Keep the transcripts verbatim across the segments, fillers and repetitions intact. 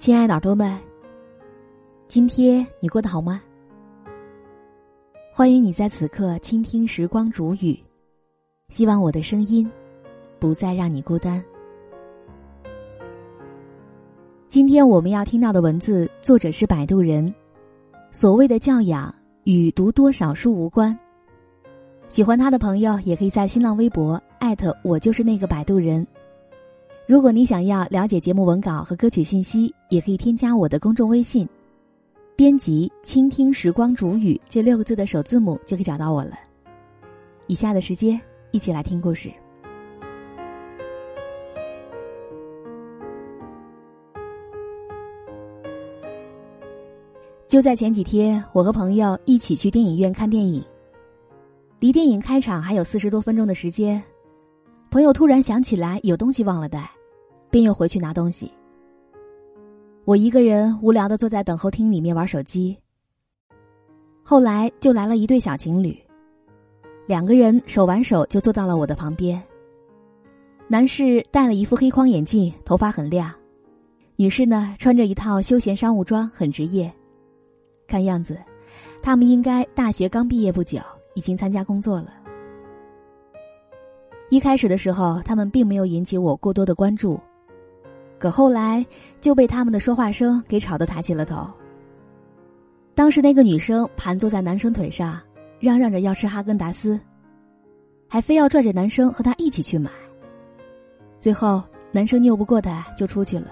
亲爱的耳朵们，今天你过得好吗？欢迎你在此刻倾听时光煮雨，希望我的声音不再让你孤单。今天我们要听到的文字，作者是摆渡人。所谓的教养与读多少书无关。喜欢他的朋友也可以在新浪微博艾特我就是那个摆渡人。如果你想要了解节目文稿和歌曲信息，也可以添加我的公众微信，编辑倾听时光煮雨这六个字的首字母就可以找到我了。以下的时间一起来听故事。就在前几天，我和朋友一起去电影院看电影，离电影开场还有四十多分钟的时间，朋友突然想起来有东西忘了带，便又回去拿东西。我一个人无聊地坐在等候厅里面玩手机。后来就来了一对小情侣，两个人手挽手就坐到了我的旁边。男士戴了一副黑框眼镜，头发很亮，女士呢穿着一套休闲商务装，很职业。看样子他们应该大学刚毕业不久，已经参加工作了。一开始的时候他们并没有引起我过多的关注，可后来就被他们的说话声给吵得抬起了头。当时那个女生盘坐在男生腿上，嚷嚷着要吃哈根达斯，还非要拽着男生和她一起去买。最后男生拗不过她就出去了。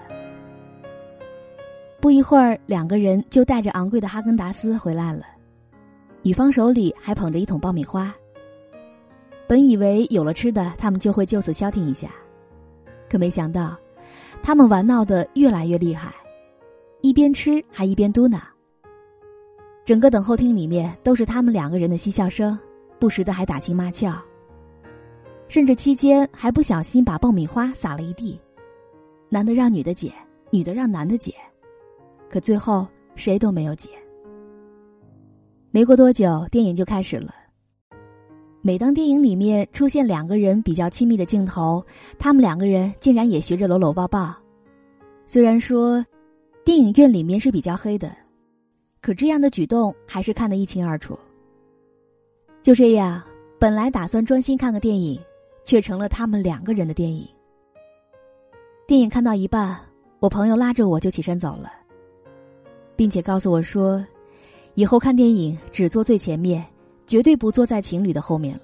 不一会儿，两个人就带着昂贵的哈根达斯回来了，女方手里还捧着一桶爆米花。本以为有了吃的他们就会就此消停一下，可没想到他们玩闹得越来越厉害，一边吃还一边嘟囔。整个等候厅里面都是他们两个人的嬉笑声，不时的还打情骂俏，甚至期间还不小心把爆米花洒了一地，男的让女的捡，女的让男的捡，可最后谁都没有捡。没过多久，电影就开始了。每当电影里面出现两个人比较亲密的镜头，他们两个人竟然也学着搂搂抱抱。虽然说电影院里面是比较黑的，可这样的举动还是看得一清二楚。就这样，本来打算专心看个电影，却成了他们两个人的电影。电影看到一半，我朋友拉着我就起身走了，并且告诉我说，以后看电影只坐最前面，绝对不坐在情侣的后面了。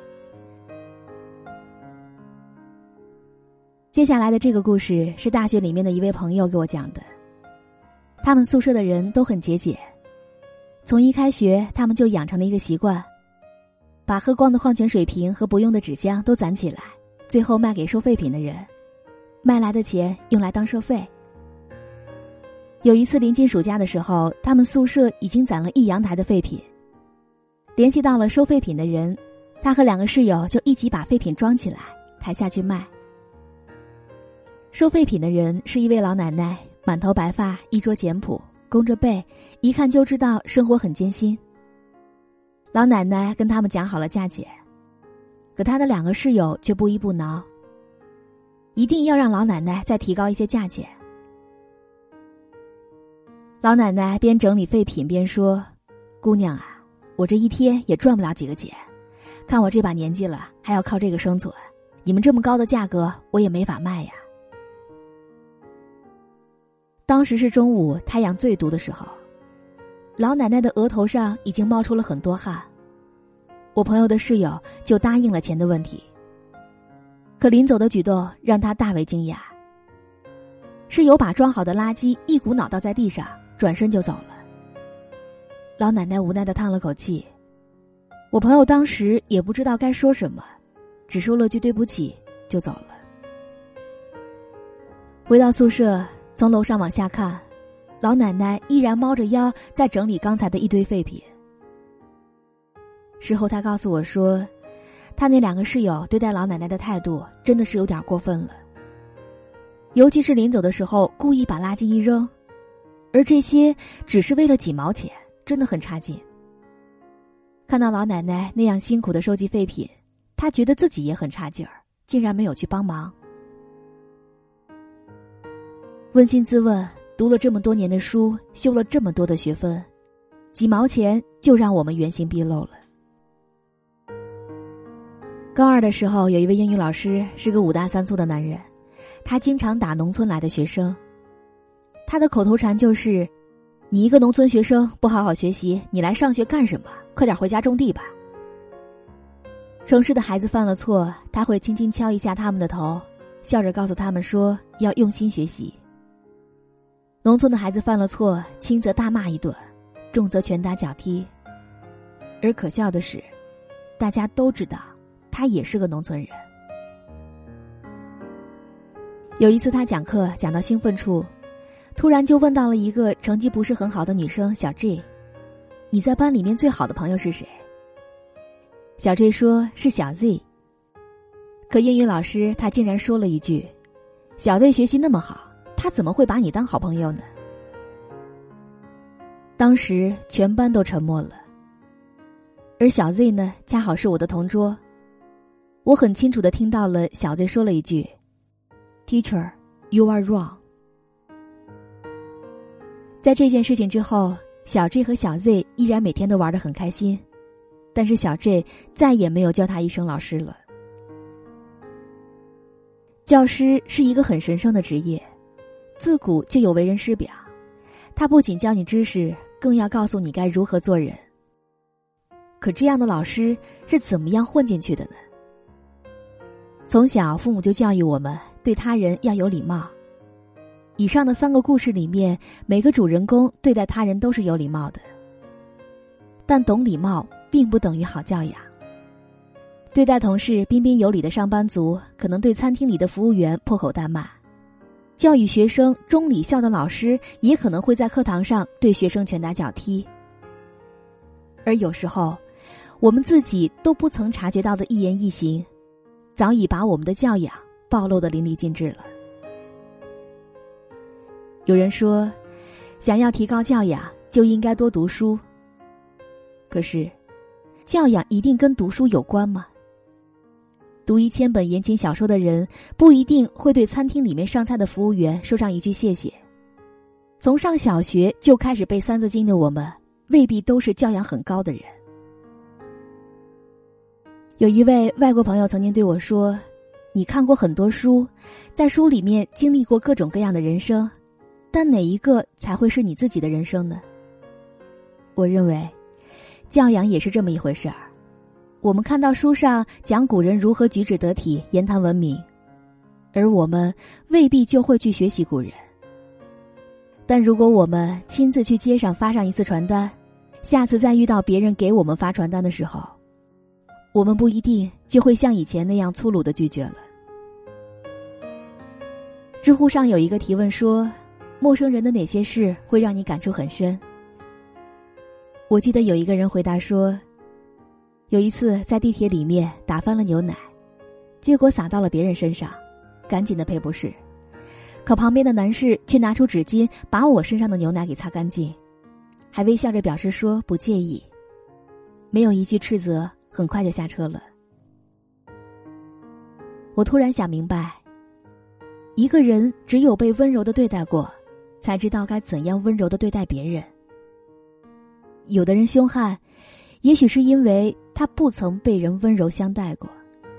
接下来的这个故事是大学里面的一位朋友给我讲的。他们宿舍的人都很节俭，从一开学他们就养成了一个习惯，把喝光的矿泉水瓶和不用的纸箱都攒起来，最后卖给收废品的人，卖来的钱用来当社费。有一次临近暑假的时候，他们宿舍已经攒了一阳台的废品，联系到了收废品的人，他和两个室友就一起把废品装起来抬下去卖。收废品的人是一位老奶奶，满头白发，衣着简朴，弓着背，一看就知道生活很艰辛。老奶奶跟他们讲好了价钱，可他的两个室友却不依不挠，一定要让老奶奶再提高一些价钱。老奶奶边整理废品边说，姑娘啊，我这一天也赚不了几个钱，看我这把年纪了，还要靠这个生存，你们这么高的价格我也没法卖呀。当时是中午，太阳最毒的时候，老奶奶的额头上已经冒出了很多汗。我朋友的室友就答应了钱的问题，可临走的举动让他大为惊讶。室友把装好的垃圾一股脑倒在地上，转身就走了。老奶奶无奈地叹了口气，我朋友当时也不知道该说什么，只说了句对不起就走了。回到宿舍，从楼上往下看，老奶奶依然猫着腰在整理刚才的一堆废品。事后她告诉我说，她那两个室友对待老奶奶的态度真的是有点过分了，尤其是临走的时候故意把垃圾一扔，而这些只是为了几毛钱，真的很差劲。看到老奶奶那样辛苦的收集废品，她觉得自己也很差劲儿，竟然没有去帮忙。扪心自问， 读了这么多年的书，修了这么多的学分，几毛钱就让我们原形毕露了。高二的时候，有一位英语老师是个五大三粗的男人，他经常打农村来的学生。他的口头禅就是：“你一个农村学生不好好学习，你来上学干什么？快点回家种地吧。”城市的孩子犯了错，他会轻轻敲一下他们的头，笑着告诉他们说要用心学习。农村的孩子犯了错，轻则大骂一顿，重则拳打脚踢。而可笑的是，大家都知道他也是个农村人。有一次他讲课讲到兴奋处，突然就问到了一个成绩不是很好的女生小 J：“ 你在班里面最好的朋友是谁？”小 J 说是小 Z。 可英语老师他竟然说了一句：“小 Z 学习那么好，他怎么会把你当好朋友呢？”当时全班都沉默了。而小 Z 呢，恰好是我的同桌。我很清楚地听到了小 Z 说了一句： Teacher, you are wrong。 在这件事情之后，小 J 和小 Z 依然每天都玩得很开心，但是小 J 再也没有叫他一声老师了。教师是一个很神圣的职业，自古就有为人师表，他不仅教你知识，更要告诉你该如何做人。可这样的老师是怎么样混进去的呢？从小父母就教育我们对他人要有礼貌。以上的三个故事里面，每个主人公对待他人都是有礼貌的。但懂礼貌并不等于好教养。对待同事彬彬有礼的上班族，可能对餐厅里的服务员破口大骂；教育学生忠礼孝的老师，也可能会在课堂上对学生拳打脚踢。而有时候，我们自己都不曾察觉到的一言一行，早已把我们的教养暴露得淋漓尽致了。有人说，想要提高教养，就应该多读书。可是，教养一定跟读书有关吗？读一千本言情小说的人，不一定会对餐厅里面上菜的服务员说上一句谢谢。从上小学就开始背三字经的我们，未必都是教养很高的人。有一位外国朋友曾经对我说，你看过很多书，在书里面经历过各种各样的人生，但哪一个才会是你自己的人生呢？我认为教养也是这么一回事儿。我们看到书上讲古人如何举止得体，言谈文明，而我们未必就会去学习古人。但如果我们亲自去街上发上一次传单，下次再遇到别人给我们发传单的时候，我们不一定就会像以前那样粗鲁地拒绝了。知乎上有一个提问说，陌生人的哪些事会让你感触很深？我记得有一个人回答说，有一次在地铁里面打翻了牛奶，结果洒到了别人身上，赶紧的赔不是，可旁边的男士却拿出纸巾把我身上的牛奶给擦干净，还微笑着表示说不介意，没有一句斥责，很快就下车了。我突然想明白，一个人只有被温柔的对待过，才知道该怎样温柔的对待别人。有的人凶悍，也许是因为他不曾被人温柔相待过。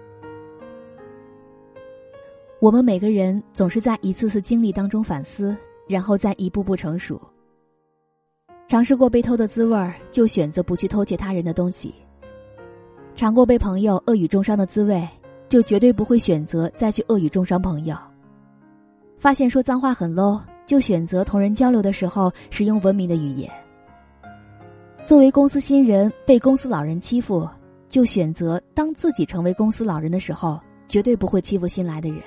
我们每个人总是在一次次经历当中反思，然后再一步步成熟。尝试过被偷的滋味儿，就选择不去偷窃他人的东西；尝过被朋友恶语重伤的滋味，就绝对不会选择再去恶语重伤朋友。发现说脏话很 low， 就选择同人交流的时候使用文明的语言。作为公司新人被公司老人欺负，就选择当自己成为公司老人的时候，绝对不会欺负新来的人。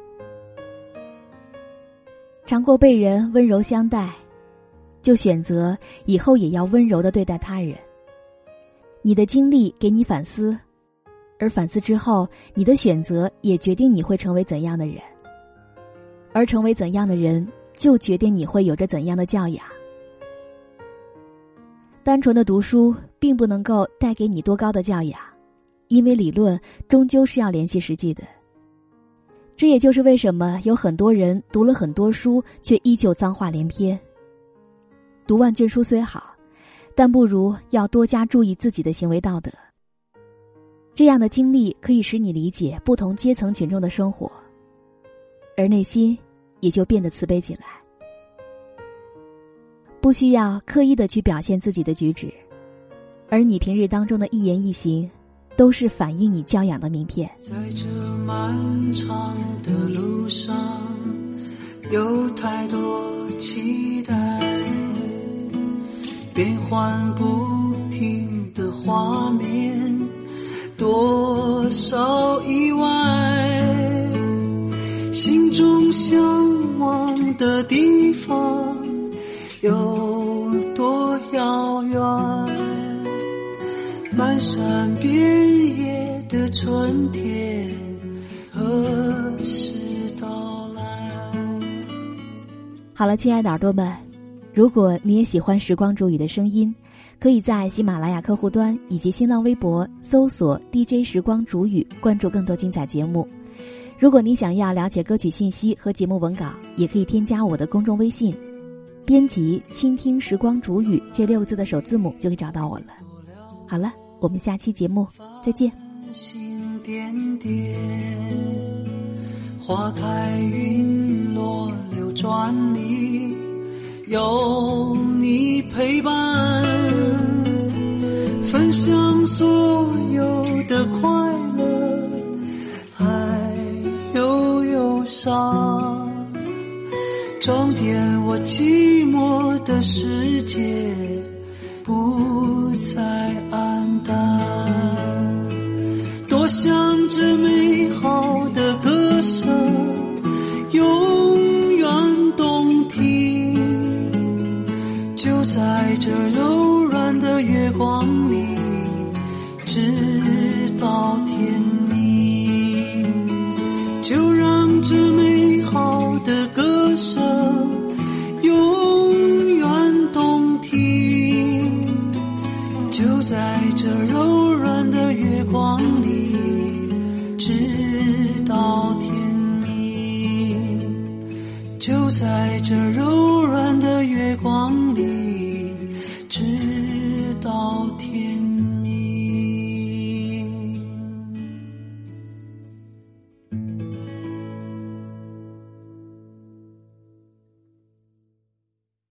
尝过被人温柔相待，就选择以后也要温柔地对待他人。你的经历给你反思，而反思之后，你的选择也决定你会成为怎样的人，而成为怎样的人，就决定你会有着怎样的教养。单纯的读书并不能够带给你多高的教养，因为理论终究是要联系实际的。 这也就是为什么有很多人读了很多书，却依旧脏话连篇。读万卷书虽好，但不如要多加注意自己的行为道德。这样的经历可以使你理解不同阶层群众的生活，而内心也就变得慈悲起来。不需要刻意的去表现自己的举止，而你平日当中的一言一行都是反映你教养的名片。 在这漫长的路上，有太多期待，变幻不停的画面，多少意外，心中向往的地方有多遥远，漫山遍野的春天何时到来。 好了，亲爱的耳朵们，如果你也喜欢时光煮雨的声音，可以在喜马拉雅客户端以及新浪微博搜索 D J 时光煮雨，关注更多精彩节目。如果你想要了解歌曲信息和节目文稿，也可以添加我的公众微信，编辑倾听时光煮雨这六个字的首字母就可以找到我了。好了，我们下期节目再见。 心点点，花开云落流转里，有你陪伴，分享所有的快乐，还有忧伤，装点我寂寞的世界，不再黯淡。多想这美好的歌声永远动听，就在这柔软的月光里，直到天明。就让这美好的歌声永远动听，就在这